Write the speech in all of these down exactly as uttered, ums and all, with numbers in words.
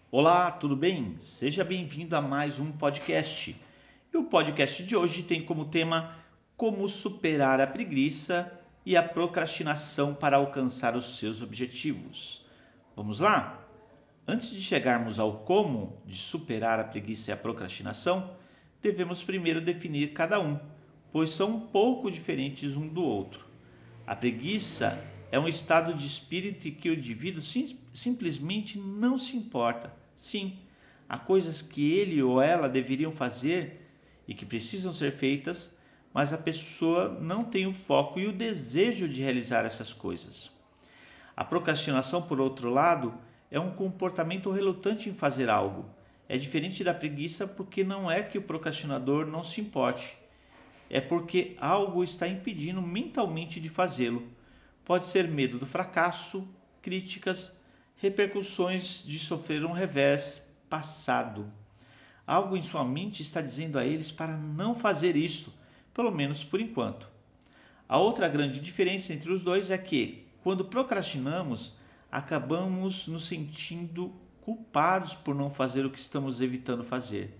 Olá, tudo bem? Seja bem-vindo a mais um podcast. E o podcast de hoje tem como tema como superar a preguiça e a procrastinação para alcançar os seus objetivos. Vamos lá? Antes de chegarmos ao como de superar a preguiça e a procrastinação, devemos primeiro definir cada um, pois são um pouco diferentes um do outro. A preguiça é um estado de espírito em que o indivíduo sim, simplesmente não se importa. Sim, há coisas que ele ou ela deveriam fazer e que precisam ser feitas, mas a pessoa não tem o foco e o desejo de realizar essas coisas. A procrastinação, por outro lado, é um comportamento relutante em fazer algo. É diferente da preguiça porque não é que o procrastinador não se importe, é porque algo está impedindo mentalmente de fazê-lo. Pode ser medo do fracasso, críticas, repercussões de sofrer um revés passado. Algo em sua mente está dizendo a eles para não fazer isto, pelo menos por enquanto. A outra grande diferença entre os dois é que, quando procrastinamos, acabamos nos sentindo culpados por não fazer o que estamos evitando fazer.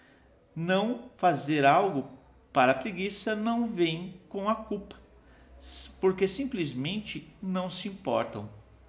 Não fazer algo para a preguiça não vem com a culpa, porque simplesmente não se importam.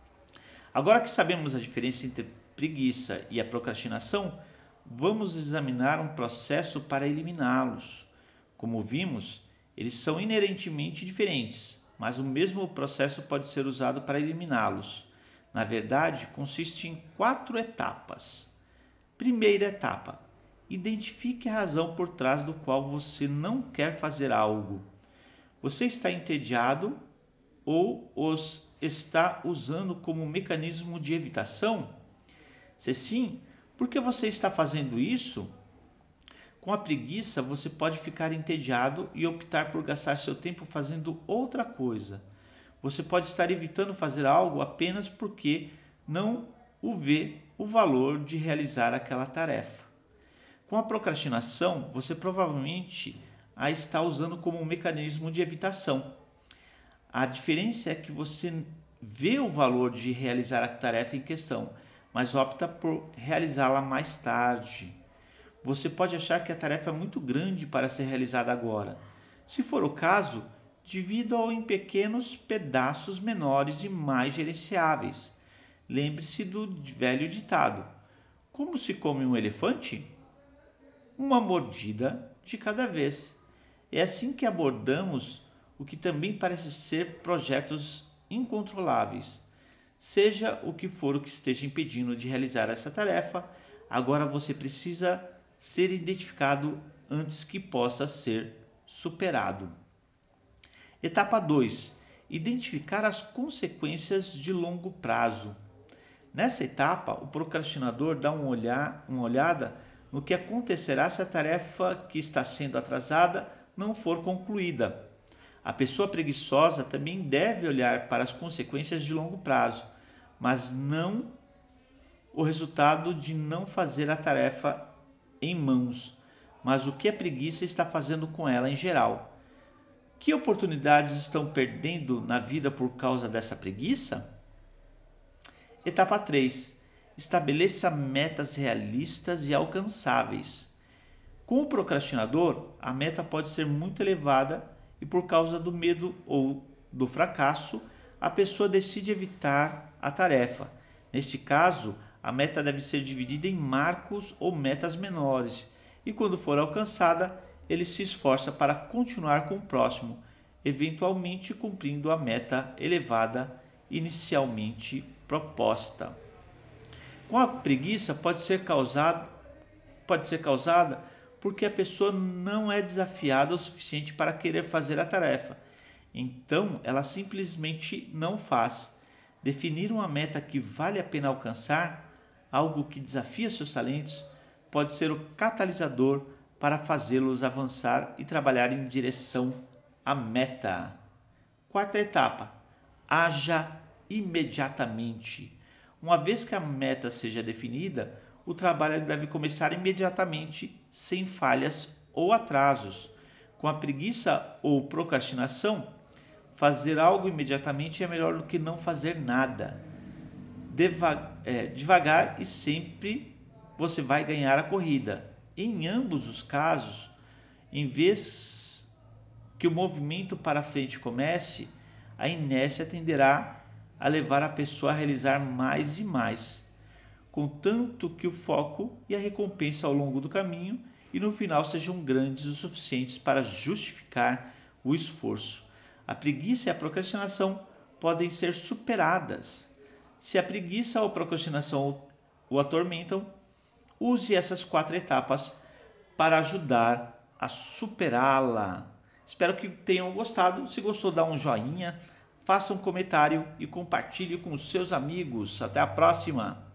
Agora que sabemos a diferença entre preguiça e a procrastinação, vamos examinar um processo para eliminá-los. Como vimos, eles são inerentemente diferentes, mas o mesmo processo pode ser usado para eliminá-los. Na verdade, consiste em quatro etapas. Primeira etapa: identifique a razão por trás do qual você não quer fazer algo. Você está entediado ou os está usando como mecanismo de evitação? Se sim, por que você está fazendo isso? Com a preguiça, você pode ficar entediado e optar por gastar seu tempo fazendo outra coisa. Você pode estar evitando fazer algo apenas porque não o vê o valor de realizar aquela tarefa. Com a procrastinação, você provavelmente a está usando como um mecanismo de evitação. A diferença é que você vê o valor de realizar a tarefa em questão, mas opta por realizá-la mais tarde. Você pode achar que a tarefa é muito grande para ser realizada agora. Se for o caso, divida-o em pequenos pedaços menores e mais gerenciáveis. Lembre-se do velho ditado: como se come um elefante? Uma mordida de cada vez. É assim que abordamos o que também parece ser projetos incontroláveis. Seja o que for o que esteja impedindo de realizar essa tarefa, agora você precisa ser identificado antes que possa ser superado. Etapa dois: identificar as consequências de longo prazo. Nessa etapa, o procrastinador dá um olhar, uma olhada no que acontecerá se a tarefa que está sendo atrasada não for concluída. A pessoa preguiçosa também deve olhar para as consequências de longo prazo, mas não o resultado de não fazer a tarefa em mãos, mas o que a preguiça está fazendo com ela em geral. Que oportunidades estão perdendo na vida por causa dessa preguiça? Etapa três: estabeleça metas realistas e alcançáveis. Com o procrastinador, a meta pode ser muito elevada e, por causa do medo ou do fracasso, a pessoa decide evitar a tarefa. Neste caso, a meta deve ser dividida em marcos ou metas menores, e quando for alcançada, ele se esforça para continuar com o próximo, eventualmente cumprindo a meta elevada inicialmente proposta. Com a preguiça pode ser causado pode ser causada porque a pessoa não é desafiada o suficiente para querer fazer a tarefa. Então, ela simplesmente não faz. Definir uma meta que vale a pena alcançar, algo que desafia seus talentos, pode ser o catalisador para fazê-los avançar e trabalhar em direção à meta. Quarta etapa: haja imediatamente. Uma vez que a meta seja definida, o trabalho deve começar imediatamente, sem falhas ou atrasos. Com a preguiça ou procrastinação, fazer algo imediatamente é melhor do que não fazer nada. deva- é, devagar e sempre você vai ganhar a corrida. Em ambos os casos, em vez que o movimento para frente comece, a inércia tenderá a levar a pessoa a realizar mais e mais, contanto que o foco e a recompensa ao longo do caminho e no final sejam grandes o suficientes para justificar o esforço. A preguiça e a procrastinação podem ser superadas. Se a preguiça ou a procrastinação o atormentam, use essas quatro etapas para ajudar a superá-la. Espero que tenham gostado. Se gostou, dá um joinha, faça um comentário e compartilhe com os seus amigos. Até a próxima!